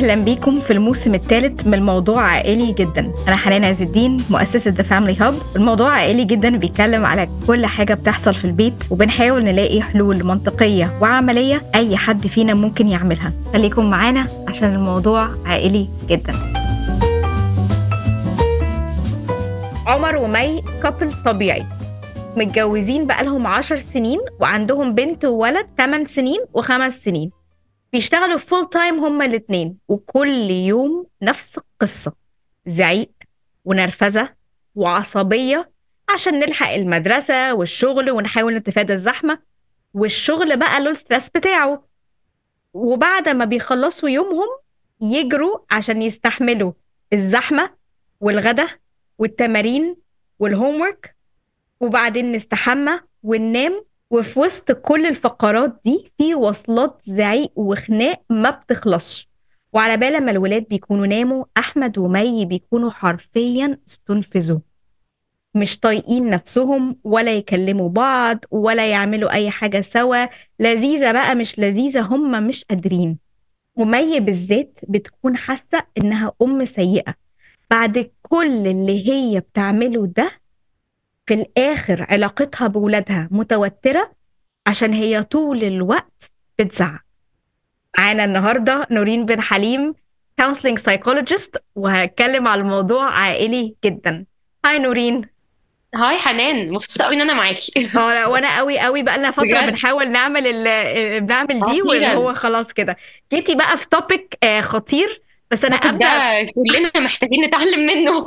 أهلا بيكم في الموسم الثالث من الموضوع عائلي جدا. أنا حنان عز الدين مؤسسة The Family Hub. الموضوع عائلي جدا بيتكلم على كل حاجة بتحصل في البيت، وبنحاول نلاقي حلول منطقية وعملية أي حد فينا ممكن يعملها. خليكم معانا عشان الموضوع عائلي جدا. عمر ومي كابل طبيعي، متجوزين بقالهم 10 سنين وعندهم بنت وولد 8 سنين و5 سنين. بيشتغلوا فول تايم هما الاتنين، وكل يوم نفس القصة: زعيق ونرفزة وعصبية عشان نلحق المدرسة والشغل ونحاول نتفادى الزحمة، والشغل بقى له الستريس بتاعه. وبعد ما بيخلصوا يومهم يجروا عشان يستحملوا الزحمة والغدا والتمارين والهومورك، وبعدين نستحمى وننام. وفي وسط كل الفقرات دي في وصلات زعيق وخناق ما بتخلصش. وعلى بال ما الولاد بيكونوا ناموا، أحمد ومي بيكونوا حرفيا استنفذوا، مش طايقين نفسهم ولا يكلموا بعض ولا يعملوا أي حاجة سوا، لذيذة بقى مش لذيذة، هم مش قادرين. ومي بالذات بتكون حاسة إنها أم سيئة بعد كل اللي هي بتعمله ده. في الآخر علاقتها بولادها متوترة عشان هي طول الوقت بتزعق. معانا النهاردة نورين بن حليم، counseling psychologist، وهتكلم على الموضوع عائلي جدا. هاي نورين. هاي حنان، مبسوطة قوي ان انا معاكي. لا وانا قوي بقى لنا فترة بجد بنحاول بنعمل دي، واللي اخيرا هو خلاص كده جيتي بقى في توبيك خطير. بس انا التوبيك ده ابدا. كلنا محتاجين نتعلم منه.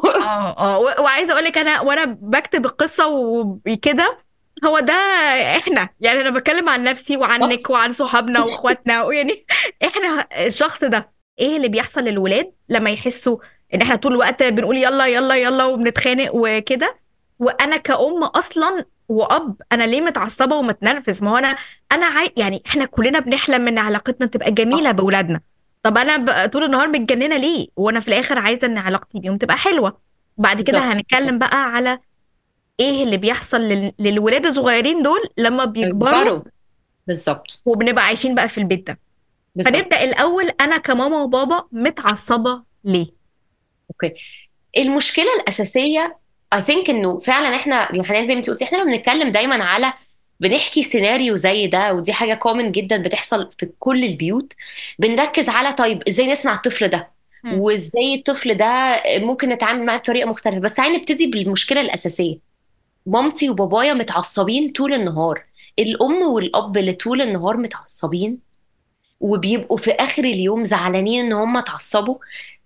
وعايزه اقول لك وانا بكتب القصه وكده، هو ده احنا. يعني انا بتكلم عن نفسي وعنك وعن صحابنا واخواتنا، ويعني احنا الشخص ده. ايه اللي بيحصل للولاد لما يحسوا ان احنا طول الوقت بنقول يلا يلا يلا وبنتخانق وكده؟ وانا كأم اصلا واب، انا ليه متعصبه ومتنرفز؟ ما هو انا يعني احنا كلنا بنحلم ان علاقتنا تبقى جميله صح، باولادنا. طب انا طول النهار متجننه ليه وانا في الاخر عايزه ان علاقتي بيهم تبقى حلوه؟ بعد كده بالظبط هنتكلم بقى على ايه اللي بيحصل للولاد الصغيرين دول لما بيكبروا برو، بالظبط وبنبقى عايشين بقى في البيت ده. فنبدأ بالظبط. الأول، أنا كماما وبابا متعصبة ليه؟ اوكي، المشكلة الأساسية I think انه فعلا احنا يا حنان زي ما انت قلتي، احنا لما بنتكلم دايما على بنحكي سيناريو زي ده، ودي حاجة كومن جدا بتحصل في كل البيوت. بنركز على طيب ازاي نسمع الطفل ده، مم. وازاي الطفل ده ممكن نتعامل معاه بطريقة مختلفة. بس تعالي نبتدي بالمشكلة الأساسية. مامتي وبابايا متعصبين طول النهار، الأم والأب اللي طول النهار متعصبين وبيبقوا في آخر اليوم زعلانين إن هم اتعصبوا.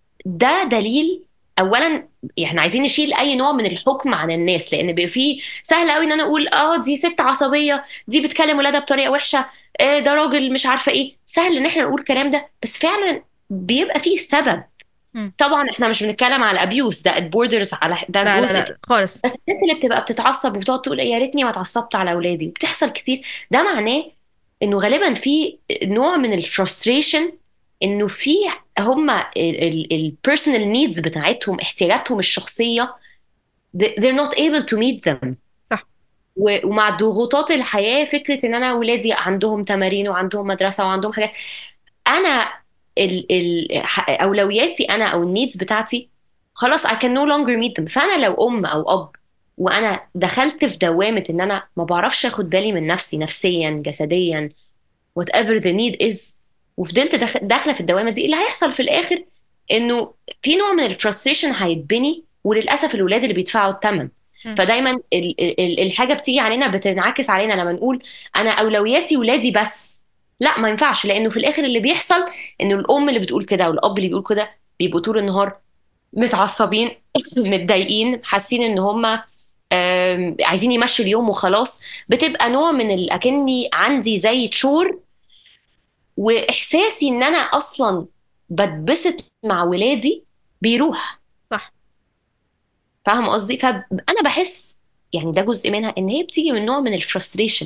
ده دليل أولا، يعني عايزين نشيل أي نوع من الحكم عن الناس، لأن بيبقى فيه سهل قوي إن أنا أقول دي ست عصبية، دي بتكلم ولادها بطريقة وحشة، ده راجل مش عارفة إيه. سهل إن إحنا نقول الكلام ده، بس فعلا بيبقى فيه سبب. مم. طبعا احنا مش بنتكلم على ابيوز، ده بوردرز على ده لا لا جزء. لا خالص. بس الناس اللي بتبقى بتتعصب وبتقعد تقول يا ريتني ما اتعصبت على اولادي، وبتحصل كتير، ده معناه انه غالبا في نوع من الفرستريشن، انه في هم البيرسونال نيدز بتاعتهم، احتياجاتهم الشخصيه they're not able to meet them. صح. ومع ضغوطات الحياه، فكره ان انا ولادي عندهم تمارين وعندهم مدرسه وعندهم حاجات، انا اولوياتي انا او النيدز بتاعتي خلاص I can no longer meet them. فانا لو ام او اب وانا دخلت في دوامه ان انا ما بعرفش اخد بالي من نفسي نفسيا جسديا whatever the need is، وفضلت داخله في الدوامه دي، إيه اللي هيحصل في الاخر؟ انه في نوع من الفرستريشن هيتبني، وللاسف الولاد اللي بيدفعوا الثمن. مم. فدايما الحاجه بتيجي علينا بتنعكس علينا لما نقول انا اولوياتي ولادي بس. لا، ما ينفعش، لانه في الاخر اللي بيحصل انه الام اللي بتقول كده والاب اللي بيقول كده بيبقوا طول النهار متعصبين متضايقين، حاسين ان هم عايزين يمشوا اليوم وخلاص. بتبقى نوع من اكني عندي زي تشور، واحساسي ان انا اصلا بتبسط مع ولادي بيروح. صح. فاهم قصدي؟ فانا بحس يعني ده جزء منها، ان هي بتيجي من نوع من الفرستريشن،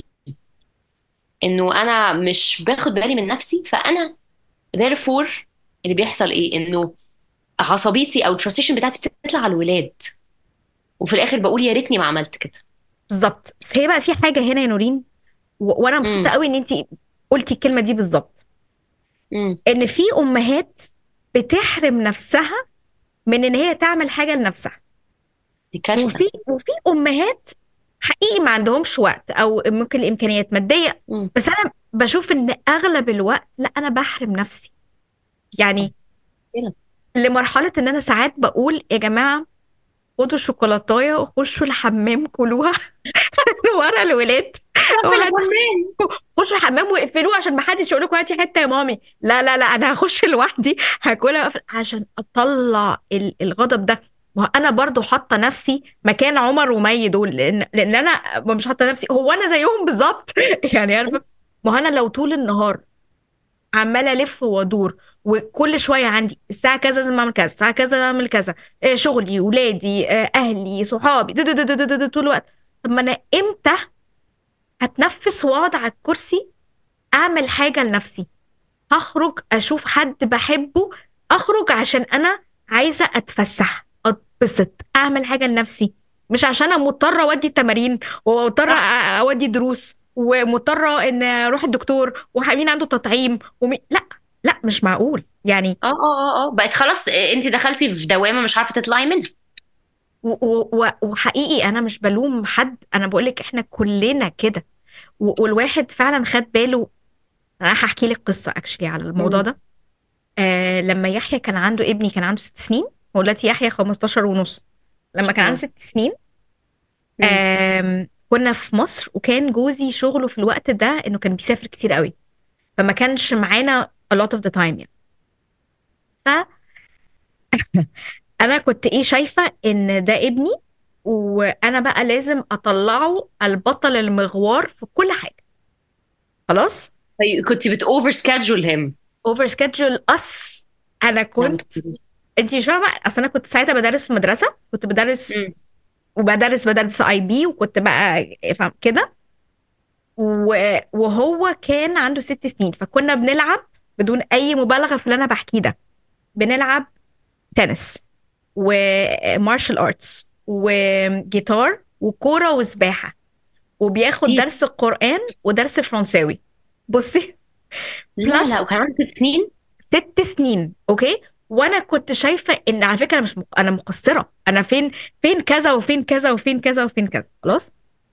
انه انا مش باخد بالي من نفسي. فانا therefore اللي بيحصل ايه؟ انه عصبيتي او الفرستريشن بتاعتي بتطلع على الولاد، وفي الاخر بقول يا ريتني ما عملت كده. بالظبط. بس هي بقى في حاجة هنا يا نورين، وانا مبسوطة امم قوي ان انت قلتي الكلمة دي بالظبط. امم ان في امهات بتحرم نفسها من ان هي تعمل حاجه لنفسها. دي كارثة. وفي امهات حقيقي ما عندهمش وقت او ممكن الامكانيات ماديه، مم. بس انا بشوف ان اغلب الوقت لا، انا بحرم نفسي يعني، كده. لمرحله ان انا ساعات بقول يا جماعه خدوا شوكولاتايه وخشوا الحمام كلوها ورا الولاد، رب وهات الحمام. خشوا الحمام واقفلوه عشان ما حدش يقول لكم هاتي حته يا مامي. لا لا لا، انا هخش لوحدي هاكلها عشان اطلع الغضب ده. ما هو انا برضو حاطه نفسي مكان عمر ومي دول، لان انا مش حاطه نفسي هو انا زيهم بالظبط يعني عارفه. ما هو انا لو طول النهار عماله الف وادور، وكل شويه عندي الساعه كذا لازم اعمل كذا، الساعه كذا لازم اعمل كذا، شغلي ولادي اهلي صحابي طول الوقت، طب ما انا امتى هتنفس واقعد على الكرسي اعمل حاجه لنفسي؟ هخرج اشوف حد بحبه، اخرج عشان انا عايزه اتفسح اتبسط اعمل حاجه لنفسي، مش عشان انا مضطره اودي تمارين ومضطره صح. اودي دروس ومضطره ان اروح الدكتور ومين عنده تطعيم لا لا، مش معقول يعني. بقت خلاص، انت دخلتي في دوامة مش عارفة تطلعي منها. وحقيقي انا مش بلوم حد، انا بقولك احنا كلنا كده، والواحد فعلا خد باله. انا هحكي لك قصه اكشلي على الموضوع مم. ده. لما يحيى كان عنده ابني كان عنده 6 سنين، هو دلوقتي يحيى 15 ونص. لما كان عنده اه. 6 سنين مم. كنا في مصر، وكان جوزي شغله في الوقت ده انه كان بيسافر كتير قوي، فما كانش معانا a lot of the time يعني. فانا كنت ايه شايفة ان ده ابني، وانا بقى لازم اطلعه البطل المغوار في كل حاجة. خلاص. طيب كنت بت اوفر سكادجول هيم؟ اوفر سكيدجول اس. انا لا ما كنت، تقوليش. انت مش فاهمه، اصل انا كنت ساعتها بدرس في مدرسه، كنت بدرس مم. بدرس اي بي، وكنت بقى فاهم كده. وهو كان عنده 6 سنين، فكنا بنلعب بدون اي مبالغه في اللي انا بحكيه ده، بنلعب تنس ومارشال ارتس وجيتار وكوره وسباحه، وبياخد كتير. درس القرآن ودرس فرنساوي. بصي، لا لا، بلس وكان عندك 6 سنين؟ 6 سنين اوكي. وانا كنت شايفه ان على فكره انا مش انا مقصره، انا فين كذا وفين كذا وفين كذا وفين كذا خلاص.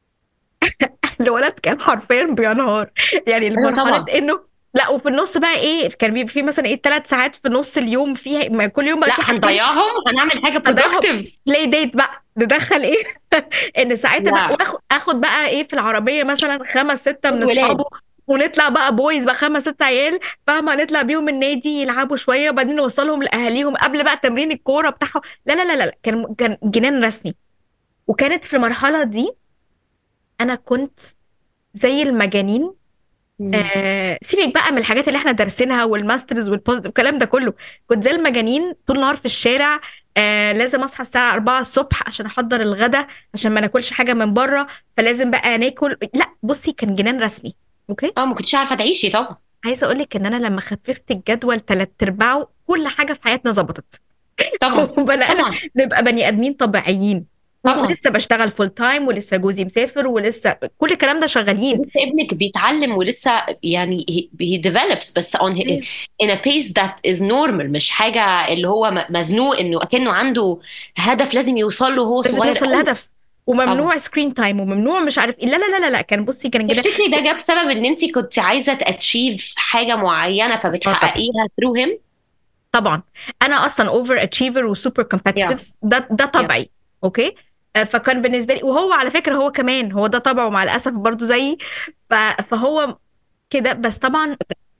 الولد كان حرفيا بينهار يعني ايوه لمرحله طبعا. انه لا. وفي النص بقى ايه، كان بيبقى في مثلا ايه 3 ساعات في نص اليوم فيها، ما كل يوم بقى لا في حاجتين هنضيعهم، هنعمل حاجة هنضيعهم. productive. بلاي ديت بقى ندخل ايه ان ساعتها بقى لا. اخد بقى ايه في العربيه مثلا 5 6 من ولاد. اصحابه، ونطلع بقى بويز بقى 5 6 عيال فاهمه، نطلع بيهم النادي يلعبوا شويه، وبعدين نوصلهم لاهاليهم قبل بقى تمرين الكوره بتاعهم. لا لا لا لا لا، كان جنان رسمي. وكانت في المرحله دي انا كنت زي المجانين. مم. سيبك بقى من الحاجات اللي احنا دارسينها والماسترز والبوست الكلام ده كله، كنت زي المجانين طول النهار في الشارع. لازم اصحى الساعة 4 الصبح عشان احضر الغدا، عشان ما ناكلش حاجة من بره، فلازم بقى ناكل. لا بصي، كان جنان رسمي اوكي. اه، ما كنتش عارفة تعيشي طبعا. عايزة اقول لك ان انا لما خففت الجدول 3/4 كل حاجة في حياتنا ظبطت طبعا. وبدأنا طبعا. نبقى بني ادمين طبيعيين. طبعا. ولسه بشتغل فول تايم، ولسه جوزي مسافر، ولسه كل الكلام ده شغالين. ولسه ابنك بيتعلم، ولسه يعني he develops، بس in a pace that is normal، مش حاجة اللي هو مزنوق انه اكنه عنده هدف لازم يوصل له وهو لازم صغير يوصل قوي. لهدف، طبعا. وممنوع سكرين تايم، وممنوع مش عارف ايه. لا لا لا لا لا، كان بصي كان كده. تفتكري ده جاب سبب ان انت كنت عايزة تاتشيف حاجة معينة اه طبعا. فبتحققيها through him؟ طبعا انا اصلا اوفر اتشيفر وسوبر yeah. كومبetitive، ده yeah. طبعي اوكي. فكان بالنسبه لي، وهو على فكره هو كمان هو ده طبعه مع الاسف برضو زيي. فهو كده. بس طبعا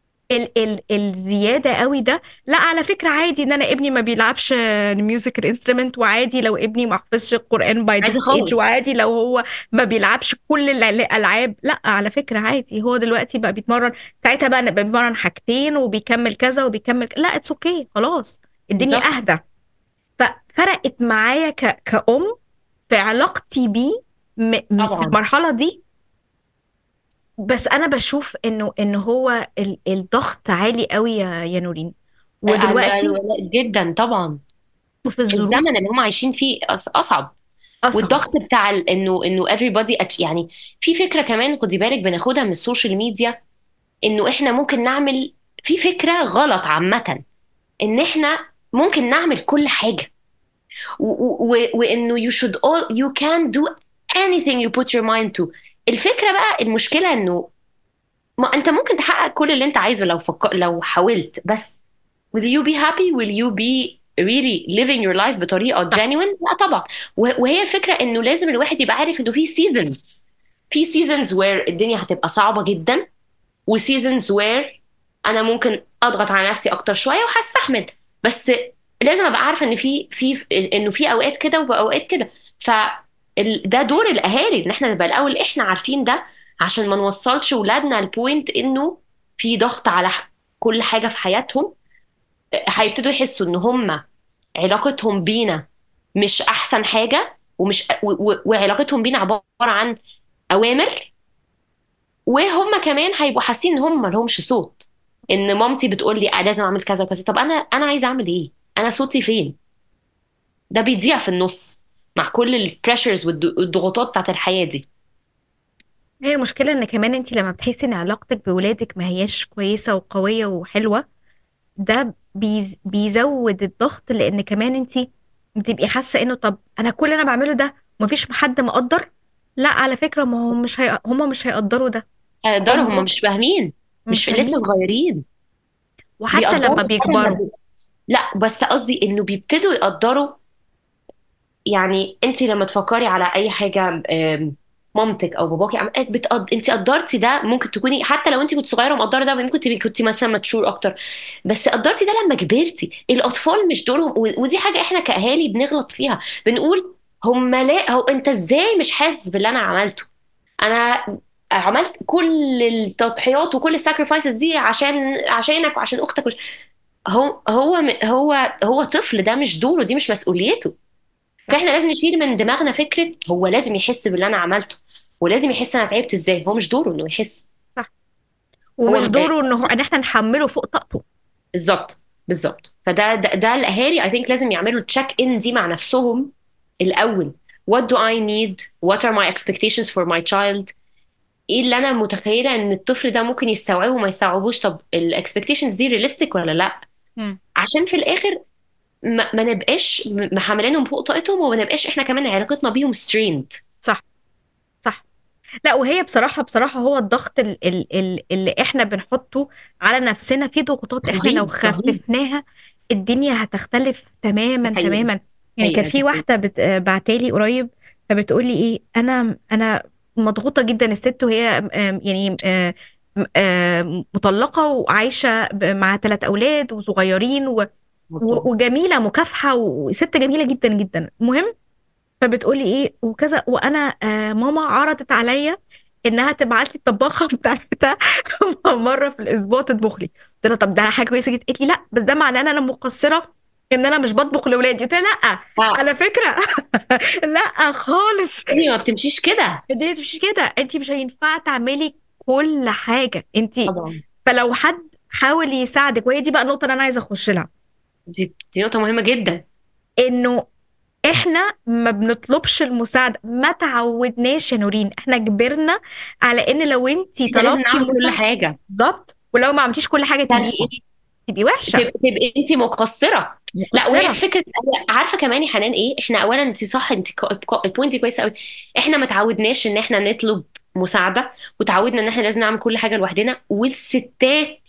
الزياده قوي ده لا، على فكره عادي ان انا ابني ما بيلعبش ميوزيكال انسترومنت، وعادي لو ابني ما حفظش القران باي عايزة ذس ايج، خالص. وعادي لو هو ما بيلعبش كل الالعاب. لا على فكره عادي، هو دلوقتي بقى بيتمرن، ساعتها بقى نبقى بيتمرن حاجتين وبيكمل كذا وبيكمل لا اتس اوكي خلاص، الدنيا بالظبط. اهدى. ففرقت معايا كأم في علاقتي بيه في طبعا. المرحله دي. بس انا بشوف انه هو الضغط عالي قوي يا نورين، ودلوقتي جدا طبعا. وفي الظروف الزمن اللي هم عايشين فيه اصعب. اصعب. والضغط بتاع انه everybody يعني في فكره كمان خدي بالك بناخدها من السوشيال ميديا، انه احنا ممكن نعمل في فكره غلط عامه، ان احنا ممكن نعمل كل حاجه، وانه you should all you can do anything you put your mind to. الفكره بقى، المشكله انه ما انت ممكن تحقق كل اللي انت عايزه لو حاولت، بس will you be happy, will you be really living your life بطريقه صح. genuine؟ لا طبعا. وهي الفكره انه لازم الواحد يبقى عارف انه في seasons where الدنيا هتبقى صعبه جدا، وسيزونز وير انا ممكن اضغط على نفسي اكتر شويه وهستحمل. بس لازم ابقى عارفه ان انه في اوقات كده واوقات كده. ف ده دور الاهالي، ان احنا نبقى الاول احنا عارفين ده، عشان ما نوصلش ولادنا البوينت انه في ضغط على كل حاجه في حياتهم. هيبتدوا يحسوا ان هم علاقتهم بينا مش احسن حاجه، ومش وعلاقتهم بينا عباره عن اوامر. وهم كمان هيبقوا حاسين ان هم مالهمش صوت، ان مامتي بتقول لي لازم اعمل كذا وكذا. طب انا عايزه اعمل ايه؟ انا صوتي فين؟ ده بيضيع في النص مع كل البريشرز والضغوطات بتاعت الحياه دي. هي المشكلة ان كمان انت لما بتحسي ان علاقتك بولادك ما هياش كويسة وقوية وحلوة، ده بيزود الضغط، لان كمان انت بتبقي حاسة انه طب انا كل اللي انا بعمله ده مفيش حد مقدر. لا على فكرة، ما هو هم مش هيقدروا ده. هيقدروا؟ هم هم مش فاهمين، مش لسه فاهمين. صغيرين. وحتى بيقدروا لما ده لما بيكبروا. لا بس قصدي انه بيبتدوا يقدروا. يعني انت لما تفكري على اي حاجه مامتك او باباكي انت قدرتي ده. ممكن تكوني حتى لو انت كنت صغيره ومقدره ده، ممكن تبقي كنت مثلا ماتشور اكتر، بس قدرتي ده لما كبرتي. الاطفال مش دورهم، ودي حاجه احنا كاهالي بنغلط فيها. بنقول هم لا، هو انت ازاي مش حاسس باللي انا عملته؟ انا عملت كل التضحيات وكل الساكرفايسز دي عشانك وعشان اختك. هو طفل، ده مش دوره، دي مش مسؤوليته. صح. فاحنا لازم نشيل من دماغنا فكرة هو لازم يحس باللي انا عملته، ولازم يحس انا تعبت ازاي. هو مش دوره انه يحس. صح. هو ومش دوره ان احنا نحمله فوق طاقته. بالظبط بالظبط. ده الاهالي I think لازم يعملوا تشيك ان دي مع نفسهم الاول. What do I need? What are my expectations for my child? ايه اللي انا متخيله ان الطفل ده ممكن يستوعبه وما يستوعبوش؟ طب الاكسبكتيشنز دي رياليستيك ولا لا؟ مم. عشان في الاخر ما نبقاش محملينهم فوق طاقتهم، وما نبقاش احنا كمان علاقتنا بيهم strained. صح. صح. لا، وهي بصراحة هو الضغط اللي احنا بنحطه على نفسنا في ضغوطات احنا لو رهيب رهيب. خففناها الدنيا هتختلف دي تماما حقيقة. تماما. يعني كانت حقيقة في دي حقيقة. واحدة بعتالي قريب، فبتقولي ايه، انا مضغوطة جدا الست، وهي يعني مطلقة وعايشة مع 3 أولاد وصغيرين طبعا. وجميلة مكافحة وست جميلة جدا جدا. المهم، فبتقولي ايه وكذا، وانا ماما عرضت عليا انها تبعت لي الطباخه بتاعتها مره في الاسبوع تطبخ لي. قلت لها طب ده حاجه كويسه جدا. قالت لي لا، بس ده معناه ان انا مقصره، ان انا مش بطبخ لاولادي. قلت لها لا، اه. على فكره لا خالص. دي ما بتمشيش كده. الدنيا مش كده، انت مش هينفع تعملي كل حاجه انت. طبعا. فلو حد حاول يساعدك، وهي دي بقى النقطه اللي انا عايزه اخش لها، دي نقطة مهمة جدا. انه احنا ما بنطلبش المساعدة. ما تعودناش يا نورين، احنا كبرنا على ان لو انتي احنا لازم طلبتي نعمل كل مساعدة حاجة. بالظبط، ولو ما عملتيش كل حاجة تبقي كارثة. ايه؟ تبقي وحشة، تبقى انت مقصرة. لا، وهي مقصرة. فكرة. عارفة كمان يا حنان ايه؟ احنا اولا انت صح، انت البوينت كويسة قوي. احنا ما تعودناش ان احنا نطلب مساعدة، وتعودنا ان احنا لازم نعمل كل حاجة لوحدنا. والستات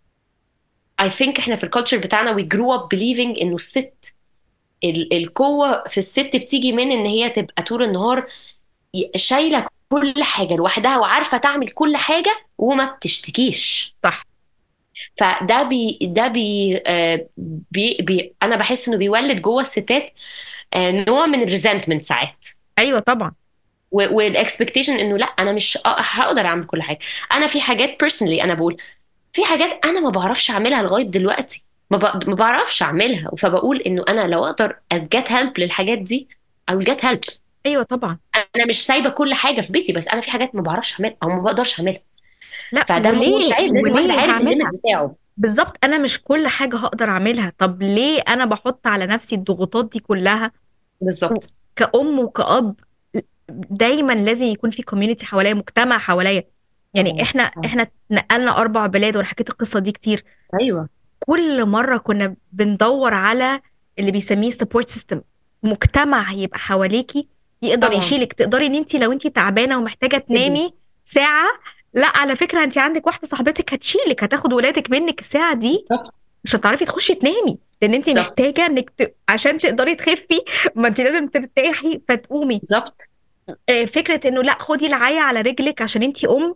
I think احنا في الكالتشر بتاعنا we grew up believing انه الست القوة في الست بتيجي من ان هي تبقى طول النهار شايلة كل حاجة لوحدها، وعارفة تعمل كل حاجة وما بتشتكيش. صح. فده بي ده بي, آه انا بحس انه بيولد جوه الستات نوع من الريزنتمنت ساعات، ايوه طبعا. والاكسبكتيشن انه لا انا مش هقدر اعمل كل حاجة. انا في حاجات personally انا بقول في حاجات انا ما بعرفش اعملها لغاية دلوقتي، ما بعرفش اعملها. فبقول انه انا لو اقدر get help للحاجات دي I will get help. ايوه طبعا. انا مش سايبه كل حاجه في بيتي، بس انا في حاجات ما بعرفش اعملها او ما بقدرش اعملها. لا، فده مش عيب، لازم واحد وليه عارف الليميت هعملها؟ بتاعه. بالظبط، انا مش كل حاجة هقدر اعملها. طب ليه انا بحط على نفسي الضغوطات دي كلها؟ بالظبط. كأم وكأب دايما لازم يكون في كوميونتي حواليا، مجتمع حواليا. يعني طبعا. احنا نقلنا 4 بلاد، وانا حكيت القصة دي كتير. ايوه. كل مرة كنا بندور على اللي بيسميه سبورت سيستم، مجتمع يبقى حواليكي يقدر طبعا. يشيلك. تقدري ان انت لو انت تعبانة ومحتاجة جدا. تنامي ساعة، لا على فكرة انت عندك واحدة صاحبتك هتشيلك، هتاخد ولادك منك الساعة دي، بالظبط. مش هتعرفي تخشي تنامي لان انت بالظبط. محتاجة عشان تقدري تخفي، ما انت لازم ترتاحي فتقومي. بالظبط. فكرة انه لا خدي العيا على رجلك عشان انت ام،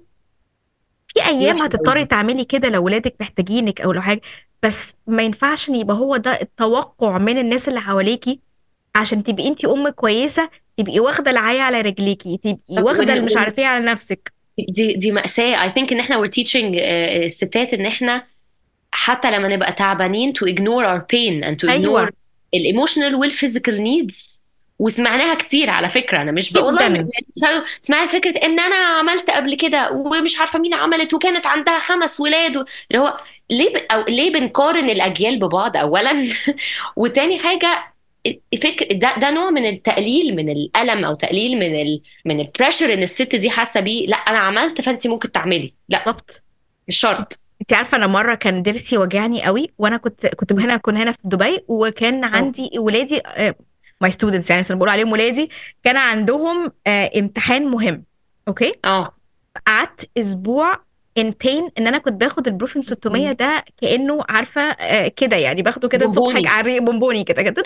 في دي ايام وحشه هتضطري قوي. تعملي كده لو ولادك محتاجينك او لو حاجه، بس ما ينفعش ان يبقى هو ده التوقع من الناس اللي حواليكي. عشان تبقي انت ام كويسه تبقي واخده العيا على رجليكي، تبقي بالظبط. واخده اللي مش عارفه ايه على نفسك. دي مأساة. I think ان احنا we're teaching الستات ان احنا حتى لما نبقى تعبانين to ignore our pain and to ignore ايوه ال emotional وال physical needs. وسمعناها كتير على فكرة. أنا مش والله جدا. سمعت فكرة إن أنا عملت قبل كده ومش عارفة مين عملت وكانت عندها 5 ولاد اللي هو أو ليه بنقارن الأجيال ببعض أولا. وتاني حاجة فكر ده نوع من التقليل من الألم أو تقليل من البريشر إن الست دي حاسة بيه. لا أنا عملت فأنت ممكن تعملي. لا بالظبط. مش شرط. انت عارفه انا مره كان ضرسي وجعني قوي، وانا كنت هنا كنا هنا في دبي، وكان اه. عندي ولادي ماي ستودنتس يعني، بس انا بقول عليهم ولادي، كان عندهم امتحان مهم. اوكي. اه. قعدت اسبوع ان بين ان انا كنت باخد البروفين 600 ده كانه عارفه كده يعني، باخده كده الصبح بونبوني على الريق بونبوني كده كده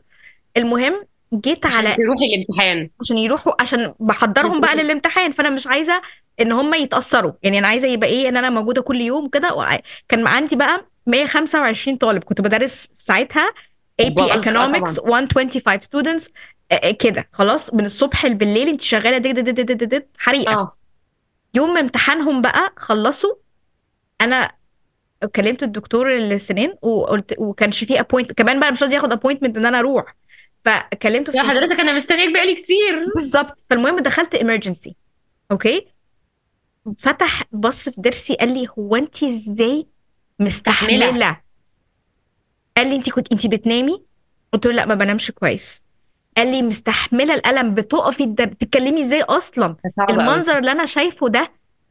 المهم جيت عشان على، تروحي الامتحان. عشان يروحوا، عشان عشان بحضرهم بقى تروحي. للامتحان، فانا مش عايزه ان هم يتاثروا يعني، انا عايزه يبقى ايه ان انا موجوده كل يوم وكده كان عندي بقى 125 طالب كنت بدرس ساعتها، AP بالك Economics طبعا. 125 students. كده خلاص من الصبح بالليل انت شغاله دد دد دد دد دد حريقه. اه. يوم امتحانهم بقى خلصوا، انا كلمت الدكتور السنان وقلت، وكانش فيه ابوينت كمان بقى، مش راضي ياخد ابوينتمنت ان انا اروح، فكلمته في يا التليفون. حضرتك انا مستنياك بقالي كتير. بالظبط. فالمهم دخلت emergency. اوكي. فتح بص في ضرسي قال لي هو انت ازاي مستحمله. مستحمله؟ قال لي انت بتنامي؟ قلت له لا ما بنامش كويس. قال لي مستحمله الالم بتقفي بتتكلمي ازاي اصلا؟ ده صعب قوي. المنظر اللي انا شايفه ده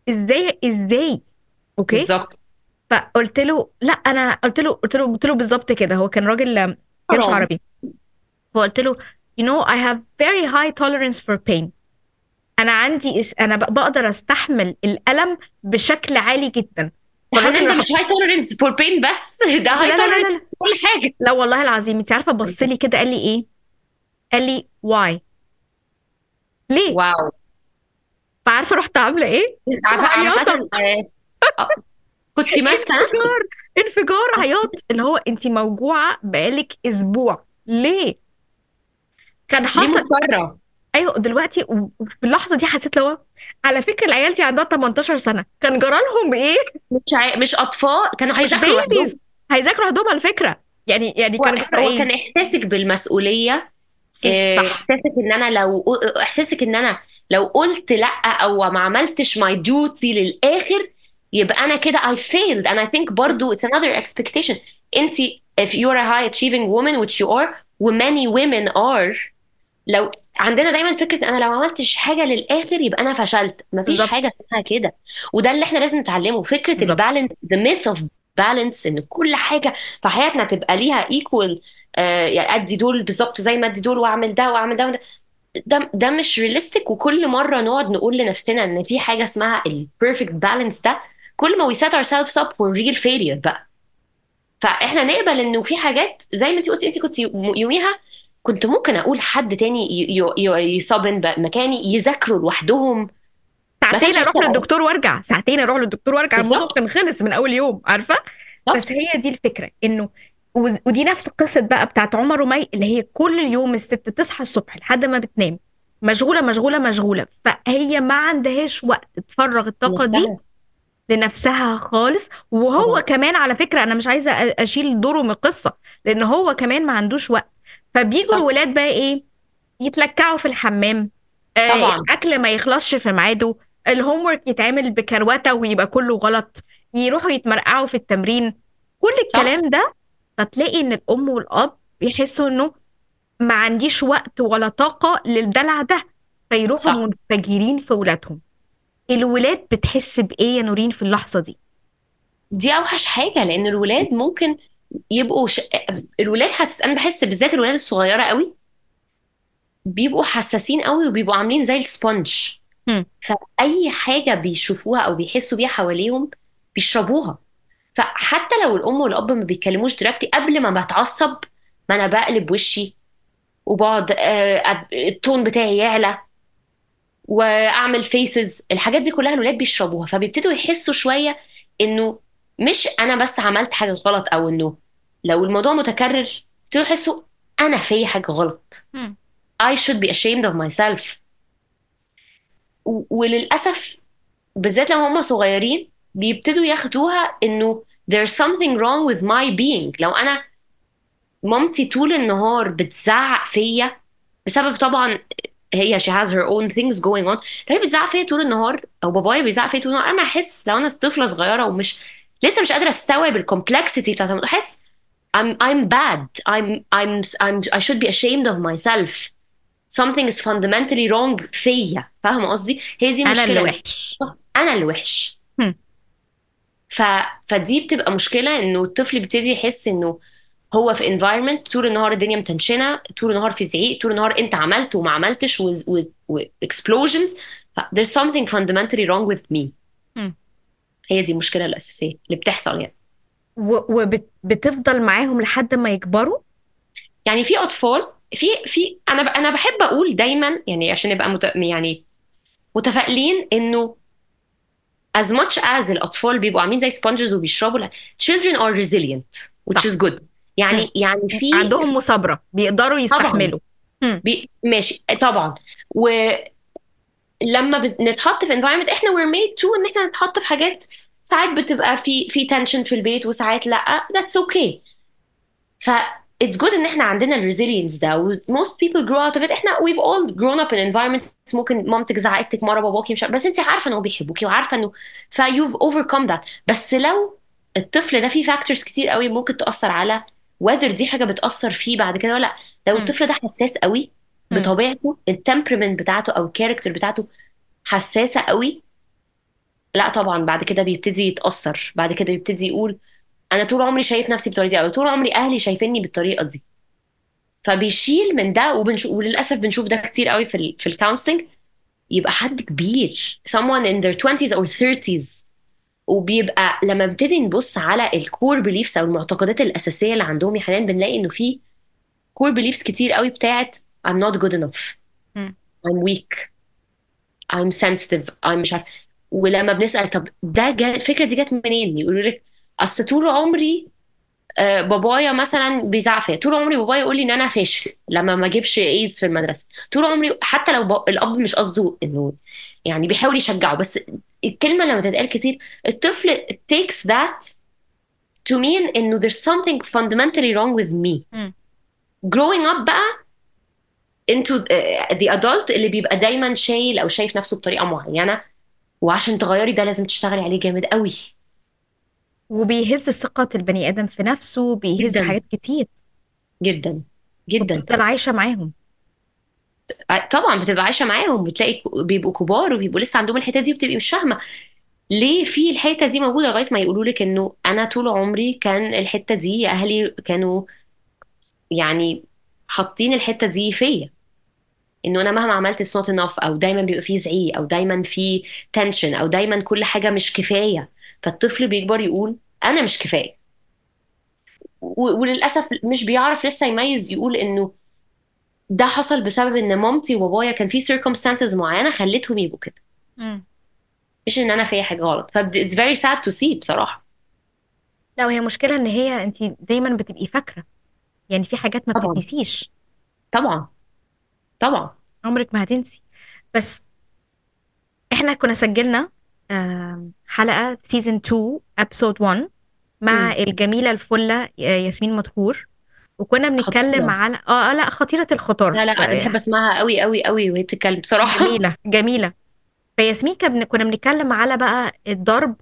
ازاي؟ اوكي. بالظبط. فقلت له لا، انا قلت له بالظبط كده، هو كان راجل كانش حرام. عربي. فقلت له you know I have very high tolerance for pain. انا عندي انا بقدر استحمل الالم بشكل عالي جدا. يا حنان فالراجل ده راح، مش هاي توليرنس فور بين بس ده لا هاي لا لا توليرنس لا لا كل حاجه. لا والله العظيم انت عارفه بص لي كده قال لي ايه؟ قال لي why؟ ليه؟ واو. فعارفه رحت عامله ايه؟ عامه معيطه. كنت ماسكه نفسك. انفجار، انفجار عياط، اللي هو انت موجوعه بقالك اسبوع ليه؟ كان ليه حصل. مضطره؟ ايوه دلوقتي في اللحظه دي حسيت لو على فكره العيال دي عندها 18 سنه كان جرى لهم ايه؟ مش اطفال كانوا مش هيذاكروا لوحدهم. بيبيز، هيذاكروا هدوم على فكره، يعني هو كان جرى هو ايه؟ كان احساسك بالمسؤوليه. صح. احساسك ان انا لو قلت لا او ما عملتش my duty للاخر يبقى انا كده I failed. and I think برضو it's another expectation. انت if you're a high achieving woman which you are و many women are. لو عندنا دايما فكرة انا لو ما عملتش حاجة للاخر يبقى انا فشلت. مفيش بالظبط. حاجة اسمها كده. وده اللي احنا لازم نتعلمه فكرة بالظبط. البالانس the myth of balance ان كل حاجة في حياتنا تبقى ليها equal. يعني ادي دول بالظبط زي ما ادي دول واعمل ده واعمل ده وده. ده مش رياليستيك. وكل مره نقعد نقول لنفسنا ان في حاجه اسمها البيرفكت بالانس ده كل ما we set ourselves up for real failure بقى. فاحنا نقبل انه في حاجات زي ما انت قلتي. انت كنت يوميها كنت ممكن اقول حد تاني يصابن مكاني يذاكروا لوحدهم. ما ساعتين كانش اروح هيحصل. للدكتور وارجع، ساعتين اروح للدكتور وارجع، الموضوع بالظبط. كان خلص من اول يوم عارفه. بس بالظبط. هي دي الفكره انه ودي نفس القصه بقى بتاعت عمر ومي، اللي هي كل يوم الست تصحى الصبح لحد ما بتنام مشغوله مشغوله مشغوله، فهي ما عندهاش وقت تفرغ الطاقه دي نفسها. لنفسها خالص. وهو طبعا. كمان على فكره انا مش عايزه اشيل دوره من القصه، لان هو كمان ما عندوش وقت. فبيجوا صح. الولاد بقى ايه؟ يتلكعوا في الحمام، طبعا. الاكل ما يخلصش في ميعاده، الهوم ورك يتعمل بكروته ويبقى كله غلط، يروحوا يتمرقعوا في التمرين، كل صح. الكلام ده. فتلاقي ان الام والاب بيحسوا انه ما عنديش وقت ولا طاقه للدلع ده، فيروحوا صح. منفجرين في ولادهم. الولاد بتحس بايه يا نورين في اللحظه دي؟ دي اوحش حاجه، لان الولاد ممكن يبقوا الولاد انا بحس بالذات الولاد الصغيره قوي بيبقوا حساسين قوي وبيبقوا عاملين زي السبونج. هم. فاي حاجه بيشوفوها او بيحسوا بيها حواليهم بيشربوها. فحتى لو الام والاب ما بيتكلموش دلوقتي، قبل ما بتعصب ما انا بقلب وشي وبقعد التون بتاعي يعلى واعمل فيسز. الحاجات دي كلها الولاد بيشربوها، فبيبتدوا يحسوا شويه انه مش انا بس عملت حاجه غلط، او انه لو الموضوع متكرر يبتدوا يحسوا انا في حاجه غلط. هم. I should be ashamed of myself. وللاسف بالذات لو هم صغيرين بيبتدوا ياخدوها انه there's something wrong with my being. لو انا مامتي طول النهار بتزعق فيا بسبب طبعا هي she has her own things going on، لو هي بتزعق فيا طول النهار او بابايا بيزعق فيا طول النهار، انا احس لو انا طفله صغيره ومش لسه مش قادره استوعب الكومبلكسيتي بتاعت الموضوع، احس I'm bad. I should be ashamed of myself. Something is fundamentally wrong فيا. فاهمه قصدي؟ هي دي انا اللي مشكله. وحش. انا اللي وحش. هم. ف... فدي بتبقى مشكله، انه الطفل بيبتدي يحس انه هو في environment طول النهار الدنيا متنشنه، طول النهار في زعيق، طول النهار انت عملت وما عملتش و explosions. there's something fundamentally wrong with me. هم. هي دي المشكله الاساسيه اللي بتحصل يعني. وبتفضل معاهم لحد ما يكبروا. يعني في اطفال في انا بحب اقول دايما يعني عشان نبقى يعني متفائلين انه as much as الاطفال بيبقوا عاملين زي sponges وبيشربوا children are resilient which صح. is good. هم. يعني في عندهم مثابرة، بيقدروا طبعا يستحملوا. هم. ماشي طبعا. ولما بنتحط في environment احنا we're made to ان احنا نتحط في حاجات ساعات بتبقى في tension في البيت وساعات لا، that's okay. ف it's good ان احنا عندنا الريزيلينس ده و most people grow out of it. احنا we've all grown up in environments ممكن مامتك زعقت لك مره، باباكي مش عارف، بس انت عارفه ان هو بيحبوكي وعارفه انه you've overcome that. بس لو الطفل ده فيه فاكتورز كتير قوي ممكن تأثر على whether دي حاجه بتأثر فيه بعد كده ولا لا. لو هم. الطفل ده حساس قوي هم. بطبيعته، التمبرمنت بتاعته او الكاركتر بتاعته حساسه قوي، لا طبعا بعد كده بيبتدي يتأثر. بعد كده يبتدي يقول انا طول عمري شايف نفسي بالطريقه دي، او طول عمري اهلي شايفيني بالطريقه دي. فبيشيل من ده وللاسف بنشوف ده كتير قوي في الكونسلنج. يبقى حد كبير someone in their 20s or 30s وبيبقى لما بنبتدي نبص على الكور بيليفز او المعتقدات الاساسيه اللي عندهم يا حنان بنلاقي انه في كور بيليفز كتير قوي بتاعت I'm not good enough, هم. I'm weak, I'm sensitive, I'm مش عارف. ولما بنسأل طب ده الفكره دي جت منين، يقولوا لك اصل طول عمري بابايا مثلا بيزعق فيا، طول عمري بابايا يقول لي ان انا فاشل لما ما اجيبش ايز في المدرسه، طول عمري. حتى لو الاب مش قصده انه يعني بيحاول يشجعه، بس الكلمه لما تتقال كتير الطفل takes that to mean انه there's something fundamentally wrong with me. هم. growing up بقى into the adult اللي بيبقى دايما شايل او شايف نفسه بطريقه معينه، وعشان تغيري ده لازم تشتغلي عليه جامد قوي. وبيهز ثقة البني آدم في نفسه، بيهز جدا حاجات كتير، جدا جدا. وبتفضل عايشة معاهم. طبعا بتبقى عايشه معاهم، بتلاقي بيبقوا كبار وبيبقوا لسه عندهم الحته دي، وبتبقي مش فاهمه ليه في الحته دي موجوده لغايه ما يقولوا لك انه انا طول عمري كان الحته دي اهلي كانوا يعني حاطين الحته دي فيا، انه انا مهما عملت it's not enough، او دايما بيبقى فيه زعيق، او دايما في تنشن، او دايما كل حاجه مش كفايه. فالطفل بيكبر يقول انا مش كفايه. وللاسف مش بيعرف لسه يميز، يقول انه ده حصل بسبب ان مامتي وبابايا كان في circumstances معينه خلتهم يبقوا كده، مم. مش ان انا فيا حاجه غلط. ف it's very sad to see بصراحه. لا، وهي مشكلة ان هي انت دايما بتبقي فاكرة، يعني في حاجات ما طبعا بتتنسيش، طبعا طبعا. عمرك ما هتنسي. بس احنا كنا سجلنا حلقة في سيزون 2 ابسود 1 مع امم الجميلة الفلة ياسمين مدحور، وكنا بنتكلم خطيره. على لا، خطيرة الخطر. لا لا انا بحب اسمعها قوي قوي قوي وهي بتتكلم بصراحه. جميلة جميلة. فياسمين كنا بنتكلم على بقى الضرب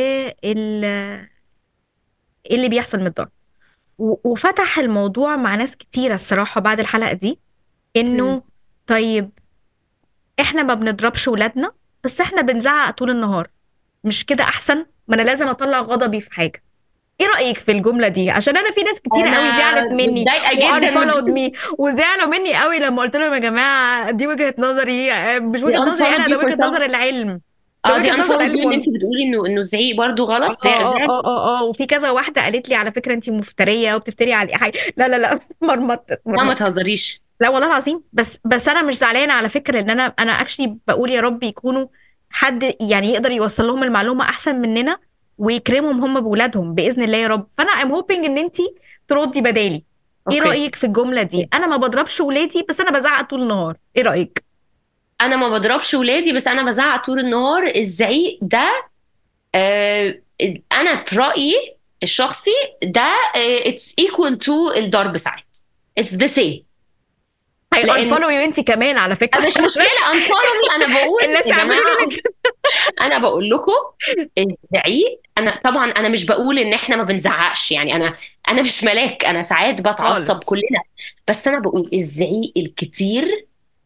اللي بيحصل من الضرب، وفتح الموضوع مع ناس كتيرة الصراحة بعد الحلقة دي، امم انه طيب احنا ما بنضربش ولادنا، بس احنا بنزعق طول النهار. مش كده احسن؟ ما انا لازم اطلع غضبي في حاجه. ايه رايك في الجمله دي؟ عشان انا في ناس كتير انا قوي زعلت مني متضايقه جدا من وانفولود مي وزعلوا مني قوي لما قلت لهم يا جماعه دي وجهه نظري، مش دي وجهه نظري unfollow انا، you ده for وجهه نظر some. العلم. ده اه دي وجهه نظر unfollow العلم you ان انت بتقولي انه الزعيق برضو غلط، ده زعل. وفي كذا واحده قالت لي على فكره انت مفتريه وبتفتري على حاجه. لا لا لا مرمطت لا ما مرمطت. تهزريش. لا والله العظيم، بس انا مش زعلانه على فكره، ان انا اكشلي بقول يا رب يكونوا حد يعني يقدر يوصل لهم المعلومه احسن مننا، ويكرمهم هم بولادهم باذن الله يا رب. فانا ام هوبينج ان انت تردي بدالي. ايه اوكي. رايك في الجمله دي؟ انا ما بضربش ولادي بس انا بزعق طول النهار. ايه رايك؟ انا ما بضربش ولادي بس انا بزعق طول النهار. الزعيق ده آه انا في رايي الشخصي ده it's equal to الضرب ساعات. it's the same. هي لان انفولو يو انت كمان على فكره. مش مشكله unfollow me، انا بقول الناس يا يعملوا جماعه. لنا كده. انا بقول لكم الزعيق، انا طبعا انا مش بقول ان احنا ما بنزعقش، يعني انا مش ملاك، انا ساعات بتعصب خالص. كلنا. بس انا بقول الزعيق الكتير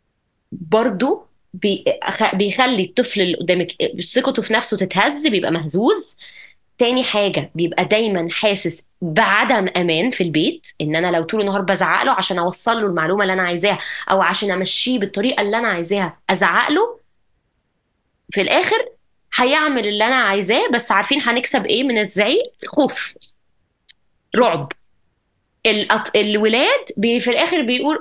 برضو بيخلي الطفل اللي قدامك ثقته في نفسه تتهز، بيبقى مهزوز. تاني حاجة بيبقى دايما حاسس بعدم أمان في البيت، إن أنا لو طول النهار بزعق له عشان أوصل له المعلومة اللي أنا عايزاها، أو عشان أمشيه بالطريقة اللي أنا عايزاها أزعق له، في الآخر هيعمل اللي أنا عايزاه. بس عارفين هنكسب إيه من الزعيق؟ خوف، شكرا. رعب. الولاد في الاخر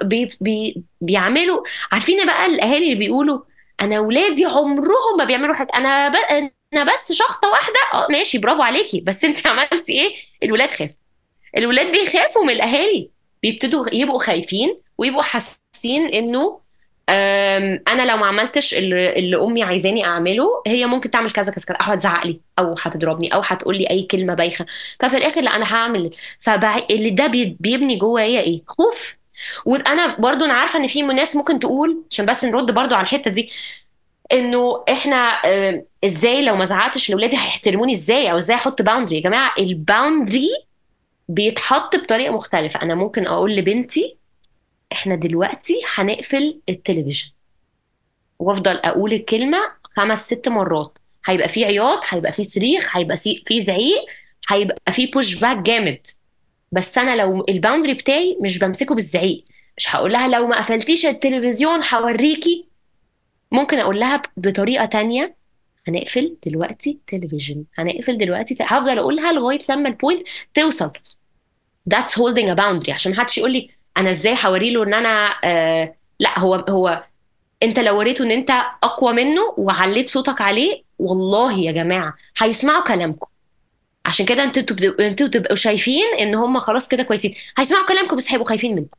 بيعملوا. عارفين بقى الاهالي اللي بيقولوا انا ولادي عمرهم ما بيعملوا حاجه، انا بس شخطه واحده. اه ماشي برافو عليكي، بس انت عملتي ايه؟ الولاد خاف. الولاد بيخافوا من الاهالي، بيبتدوا يبقوا خايفين ويبقوا حاسين انه انا لو ما عملتش اللي امي عايزاني اعمله، هي ممكن تعمل كذا كذا كذا، او هتزعق لي او هتضربني او هتقول لي اي كلمه بايخه. ففي الاخر لا انا هعمل. فاللي ده بيبني جوايا ايه؟ خوف. وانا برضو انا عارفه ان في ناس ممكن تقول، عشان بس نرد برضو على الحته دي، انه احنا ازاي لو ما زعقتش لاولادي هيحترموني ازاي، او ازاي احط باوندري. يا جماعه الباوندري بيتحط بطريقه مختلفه. انا ممكن اقول لبنتي احنا دلوقتي هنقفل التلفزيون، وافضل اقول الكلمه 5 6 مرات. هيبقى في عياط، هيبقى في صريخ، هيبقى في زعيق، هيبقى في بوش باك جامد. بس انا لو الباوندري بتاعي مش بمسكه بالزعيق، مش هقول لها لو ما قفلتيش التلفزيون هوريكي. ممكن اقول لها بطريقه تانية، هنقفل دلوقتي تلفزيون، هنقفل دلوقتي هفضل اقولها لغايه لما البوينت توصل. that's holding a boundary. عشان ما حدش يقول لي انا ازاي هوري له ان انا لا هو انت لو وريته ان انت اقوى منه وعليت صوتك عليه، والله يا جماعه هيسمعوا كلامكم. عشان كده انتوا تبقوا شايفين ان هم خلاص كده كويسين، هيسمعوا كلامكم بس هيبقوا خايفين منكم.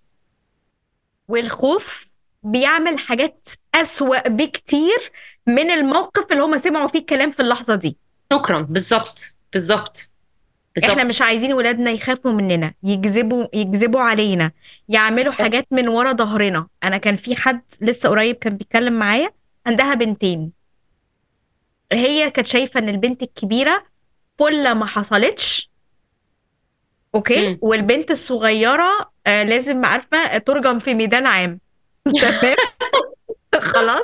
والخوف بيعمل حاجات أسوأ بكتير من الموقف اللي هم سمعوا فيه الكلام في اللحظة دي. شكرا، بالظبط بالظبط احنا مش بالظبط. عايزين ولادنا يخافوا مننا، يكذبوا علينا، يعملوا بالظبط. حاجات من ورا ظهرنا. انا كان في حد لسه قريب كان بيتكلم معايا، عندها بنتين. هي كانت شايفة ان البنت الكبيرة فلة ما حصلتش، اوكي، مم. والبنت الصغيرة لازم عارفة ترجم في ميدان عام. تمام. خلاص.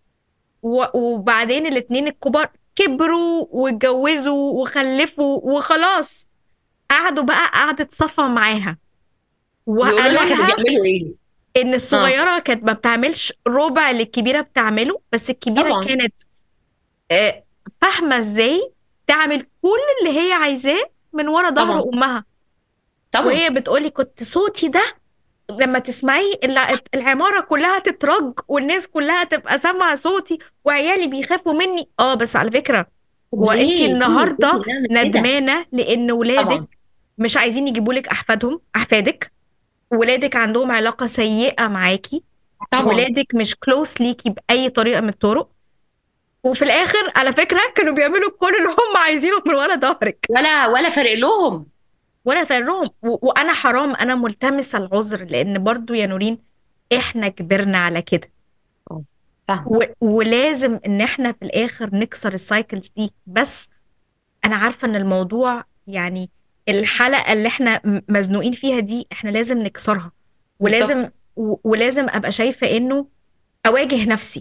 وبعدين الاتنين الكبار كبروا واتجوزوا وخلفوا وخلاص، قعدوا بقى قعدة صفا معاها، يقولوا وقالوا لها كانوا لها بيعملوا ايه؟ ان اه الصغيره كانت ما بتعملش ربع اللي الكبيره بتعمله، بس الكبيره طبعا كانت آه، فاهمه ازاي تعمل كل اللي هي عايزاه من ورا ظهر طبعا امها. طبعا. وهي بتقولي كنت صوتي ده لما تسمعيه العماره كلها تترج والناس كلها تبقى سامعه صوتي وعيالي بيخافوا مني. اه بس على فكره، طب هو انتي ليه النهارده بنعمل كده؟ ندمانه لان ولادك طبعا مش عايزين يجيبوا لك احفادك، ولادك عندهم علاقه سيئه معاكي، طبعا. ولادك مش كلوس ليكي بأي طريقة من الطرق، وفي الآخر على فكرة كانوا بيعملوا كل اللي هم عايزينه من ورا ظهرك ولا فارق لهم. ولا فرهم. وأنا حرام، أنا ملتمسة العذر، لأن برضو يا نورين إحنا كبرنا على كده. اه فاهم. ولازم إن إحنا في الآخر نكسر السايكلز دي. بس أنا عارفة إن الموضوع يعني الحلقة اللي إحنا مزنوقين فيها دي إحنا لازم نكسرها، بالظبط. ولازم أبقى شايفة إنه أواجه نفسي.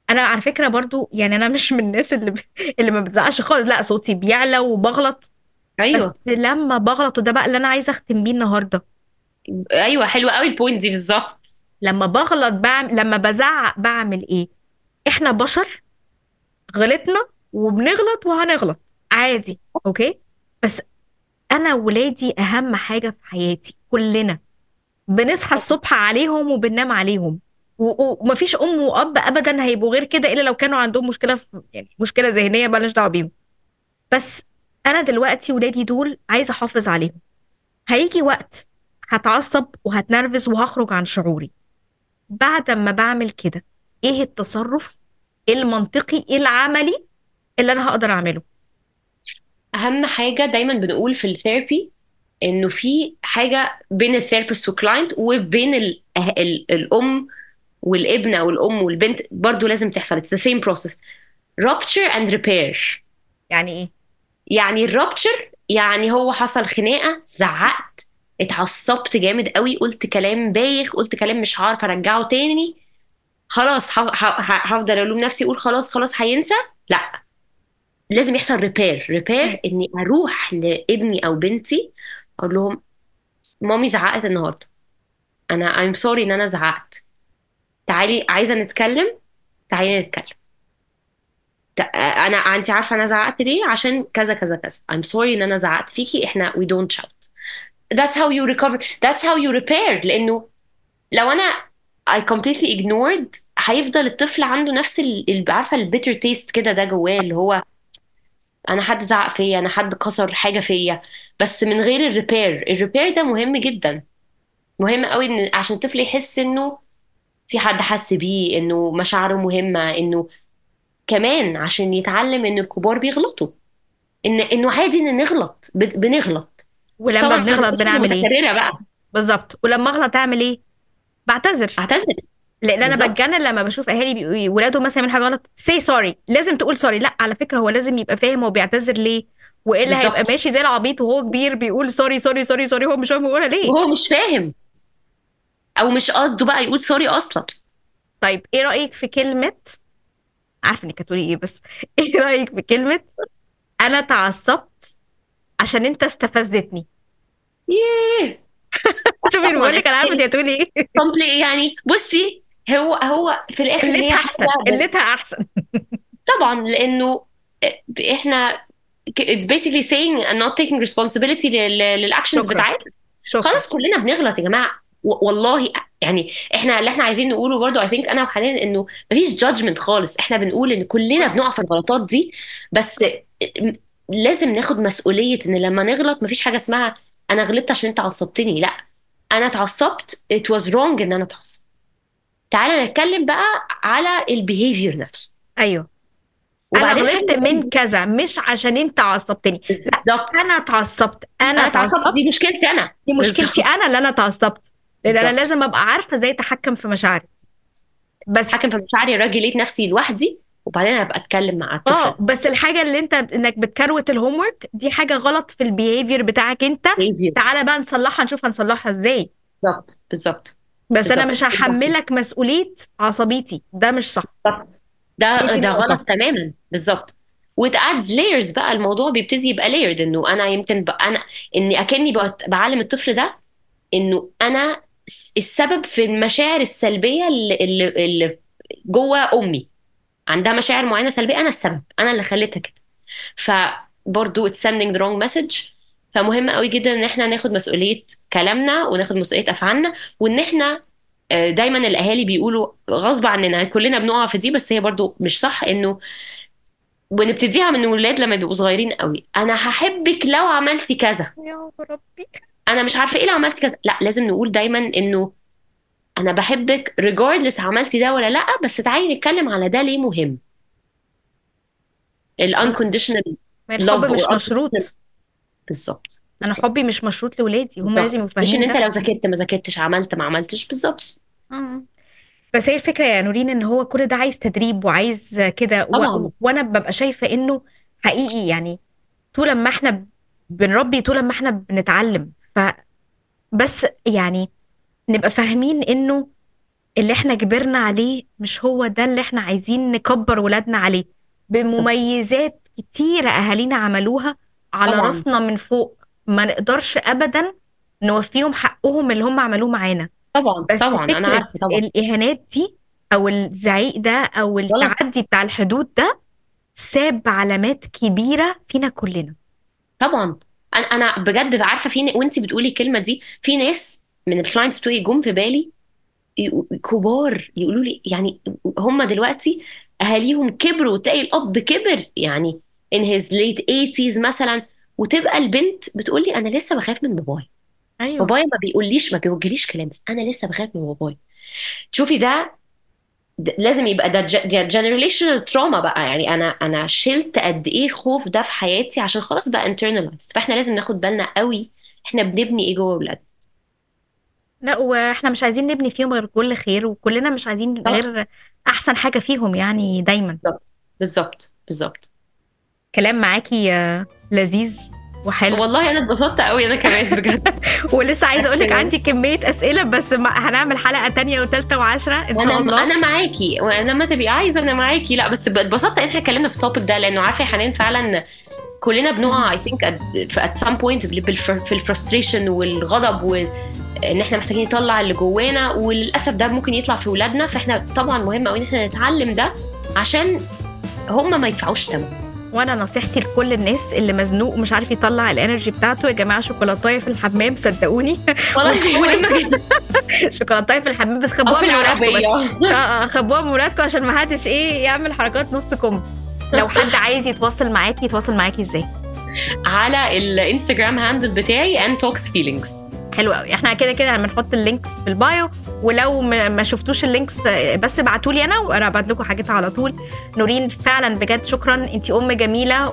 انا على فكره برضو يعني انا مش من الناس اللي ما بتزعقش خالص، لا صوتي بيعلى وبغلط. ايوه بس لما بغلط، وده بقى اللي انا عايزه اختم بيه النهارده، ايوه، حلوه قوي البوينت دي بالظبط. لما بغلط لما بزعق بعمل ايه؟ احنا بشر، غلطنا وبنغلط وهنغلط عادي، اوكي. بس انا ولادي اهم حاجه في حياتي، كلنا بنصحى الصبح عليهم وبننام عليهم، ومفيش ام واب ابدا هيبقوا غير كده الا لو كانوا عندهم مشكله في يعني مشكله ذهنيه مالناش دعوه بيهم. بس انا دلوقتي ولادي دول عايزه احافظ عليهم. هيجي وقت هتعصب وهتنرفز وهخرج عن شعوري. بعد ما بعمل كده، ايه التصرف المنطقي العملي اللي انا هقدر اعمله؟ اهم حاجه دايما بنقول في الثيرابي انه في حاجه بين الثيرابيست والكلاينت وبين الام والابن او الام والبنت، برضو لازم تحصل it's the same process. rupture and repair. يعني ايه؟ يعني الرابتشر يعني هو حصل خناقه، زعقت، اتعصبت جامد قوي، قلت كلام بايخ، قلت كلام مش هعرف ارجعه تاني، خلاص هفضل الوم نفسي اقول خلاص خلاص هينسى. لا، لازم يحصل ريبير. مم. ريبير اني اروح لابني او بنتي اقول لهم مامي زعقت النهارده، انا I'm sorry ان انا زعقت، تعالي عايزه نتكلم، تعالي نتكلم. انا انت عارفه انا زعقت ليه؟ عشان كذا كذا كذا. I'm sorry ان انا زعقت فيكي، احنا we don't shout. That's how you recover. That's how you repair. لانه لو انا I completely ignored هيفضل الطفل عنده نفس عارفه البيتر تيست كده ده جواه، اللي هو انا حد زعق فيا، انا حد كسر حاجه فيا، بس من غير الريبير. الريبير ده مهم جدا، مهم قوي ان عشان الطفل يحس انه في حد حس بيه، انه مشاعره مهمه، انه كمان عشان يتعلم ان الكبار بيغلطوا، انه عادي ان نغلط، بنغلط. بس ولما طبعا ما بنغلط تبقاش حاجه بنعمل ايه؟ متكرره بقى. بالظبط. ولما اغلط اعمل ايه؟ بعتذر. اعتذر. لان انا بالظبط. بتجنن لما بشوف اهالي ولادهم مثلا يعملوا حاجه غلط سي سوري، لازم تقول سوري. لا على فكره هو لازم يبقى فاهم هو بيعتذر ليه، والا هيبقى بالظبط، ماشي زي العبيط وهو كبير بيقول سوري سوري سوري سوري، هو مش فاهم بيقولها ليه. وهو مش فاهم او مش قصده بقى يقول سوري اصلا. طيب ايه رايك في كلمه، عارفه انك هتقولي ايه بس ايه رايك في كلمه انا اتعصبت عشان انت استفزتني؟ ياه. شوفي طبعا بقول لك انا عارفه انت هتقولي ايه. يعني بصي، هو في الاخر هي قلتها احسن، حاجه. قلتها احسن. طبعا لانه احنا it's basically saying and not taking responsibility للاكشنز شكرا. بتاعتنا. شكرا. خلاص كلنا بنغلط يا جماعه، والله. يعني احنا اللي احنا عايزين نقوله برضو I think انا وحنان انه مفيش judgment خالص، احنا بنقول ان كلنا بنقع خالص. في الغلطات دي. بس لازم ناخد مسؤوليه ان لما نغلط مفيش حاجه اسمها انا غلطت عشان انت عصبتني. لا، انا اتعصبت it was wrong ان انا اتعصب. تعالى نتكلم بقى على البيهيفير نفسه. ايوه. انا وبعدين حاجه غلطت من كذا مش عشان انت عصبتني. لا، بالظبط، انا اتعصبت، انا انا اتعصبت اتعصبت. دي مشكلتي انا. دي مشكلتي بالظبط. انا اللي انا اتعصبت. لان انا بالظبط. لازم ابقى عارفه ازاي اتحكم في مشاعري. بس اتحكم في مشاعري، راجليت نفسي لوحدي، وبعدين ابقى اتكلم مع الطفل اه ده. بس الحاجه اللي انك بتكروت الهوم ورك دي حاجه غلط في البيهيفير بتاعك انت. behavior. تعالى بقى نصلحها، نشوف هنصلحها ازاي. بالظبط بالظبط. بس انا بالظبط مش هحملك مسؤوليه عصبيتي، ده مش صح. بالظبط. هي ده دي ده غلط النقطه. تماما. بالظبط. وتادز layers بقى، الموضوع بيبتدي يبقى layered، انه انا يمكن بقى انا اني اكني بعلم الطفل ده انه انا السبب في المشاعر السلبيه اللي جوه امي، عندها مشاعر معينه سلبيه، انا السبب، انا اللي خليتها كده. فبرضو it's sending the wrong message. فمهم قوي جدا ان احنا ناخد مسؤوليه كلامنا وناخد مسؤوليه افعالنا، وان احنا دايما الاهالي بيقولوا غصب عننا كلنا بنقع في دي، بس هي برضو مش صح، انه ونبتديها من الولاد لما بيبقوا صغيرين قوي، انا هحبك لو عملتي كذا، يا ربي. انا مش عارفه ايه لو عملتي كذا. لا، لازم نقول دايما انه انا بحبك regardless عملتي ده ولا لا، بس تعالي نتكلم على ده ليه مهم. ال انا unconditional ما الحب love مش or unconditional. مشروط. بالظبط انا بالظبط. حبي مش مشروط لاولادي، هم لازم يبقوا بالظبط، مش ان فاهمين انت ده. لو ذاكرت ما ذاكرتش، عملت ما عملتش. بالظبط. آه. بس هي الفكرة يا نورين ان هو كل ده عايز تدريب وعايز كده طبعا. وانا ببقى شايفة انه حقيقي يعني طول ما احنا بنربي طول ما احنا بنتعلم. فبس يعني نبقى فاهمين انه اللي احنا كبرنا عليه مش هو ده اللي احنا عايزين نكبر ولادنا عليه، بالظبط. بمميزات كتيرة أهالينا عملوها على طبعا راسنا من فوق، ما نقدرش أبدا نوفيهم حقهم اللي هم عملوه معانا. طبعا بس طبعا انا فكرة عارفه طبعا. الإهانات دي أو الزعيق ده أو غلط. التعدي بتاع الحدود ده ساب علامات كبيرة فينا كلنا. طبعا انا بجد عارفه وانت بتقولي الكلمه دي، في ناس من الكلاينتس بتوعي جم في بالي كبار يقولوا لي يعني هم دلوقتي اهاليهم كبروا، وتلاقي الاب كبر يعني in his late 80s مثلا، وتبقى البنت بتقول لي انا لسه بخاف من بابايا. أيوه. بابايا ما بيقوليش، ما بيوجهليش كلام، بس انا لسه بخاف من بابايا. تشوفي ده لازم يبقى ده جنريشنال تروما بقى. يعني انا شلت قد ايه الخوف ده في حياتي عشان خلاص بقى internalized. فاحنا لازم ناخد بالنا قوي احنا بنبني ايه جوه اولاد. لا، واحنا مش عايزين نبني فيهم غير كل خير، وكلنا مش عايزين غير بالظبط. أحسن حاجة فيهم يعني دايما. بالظبط. بالظبط. بالظبط. كلام معاكي لذيذ وحلو. والله انا اتبسطت قوي انا كمان بجد. ولسه عايزه اقول لك عندي كميه اسئله، بس هنعمل حلقه تانية وثالثه وعشرة ان شاء الله. انا معاكي، وانا ما تبقي عايزه انا معاكي. لا بس اتبسطت ان احنا اتكلمنا في التوبيك ده، لانه عارفه يا حنان فعلا كلنا بنقع اي ثينك at some point في الفرستريشن والغضب، وان احنا محتاجين نطلع اللي جوانا، وللاسف ده ممكن يطلع في ولادنا. فاحنا طبعا مهم قوي ان احنا نتعلم ده عشان هم ما يدفعوش ثمن. وانا نصيحتي لكل الناس اللي مزنوق ومش عارف يطلع الانرجي بتاعته، يا جماعه شوكولاتايه في الحمام صدقوني. والله مهمه جدا. شوكولاتايه في الحمام، بس او خبوها في من ولادكم بس. العربيه. خبوها من ولادكم عشان ما حدش يعمل حركات نص كم. لو حد عايز يتواصل معاكي ازاي؟ على الانستجرام هاندل بتاعي and talks feelings. حلو قوي. احنا كده كده هنحط اللينكس في البايو، ولو ما شفتوش اللينكس بس ابعتوا لي انا وانا ابعت لكم حاجتها على طول. نورين فعلا بجد شكرا، انت ام جميله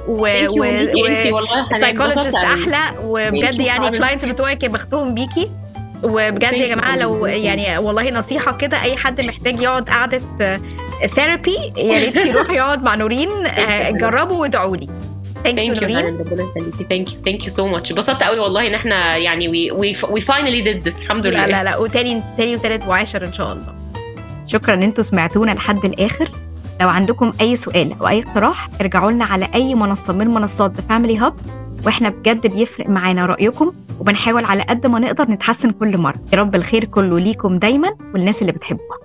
سايكولوجيست احلى، وبجد يعني كلاينتس بتوعك يا بختهم بيكي. وبجد يا جماعه لو يعني والله نصيحه كده، اي حد محتاج يقعد قعده ثيرابي يا ريت يروح يقعد مع نورين. جربوا وادعوا لي. Thank you نورين. Thank you so much. اتبسطت قوي والله ان احنا يعني we finally did this. الحمد لله. لا وتاني وتالت وعاشر ان شاء الله. شكرا ان انتوا سمعتونا لحد الاخر. لو عندكم اي سؤال او اي اقتراح ارجعوا لنا على اي منصه من منصات The Family Hub، واحنا بجد بيفرق معانا رايكم، وبنحاول على قد ما نقدر نتحسن كل مره. يا رب الخير كله ليكم دايما والناس اللي بتحبوها.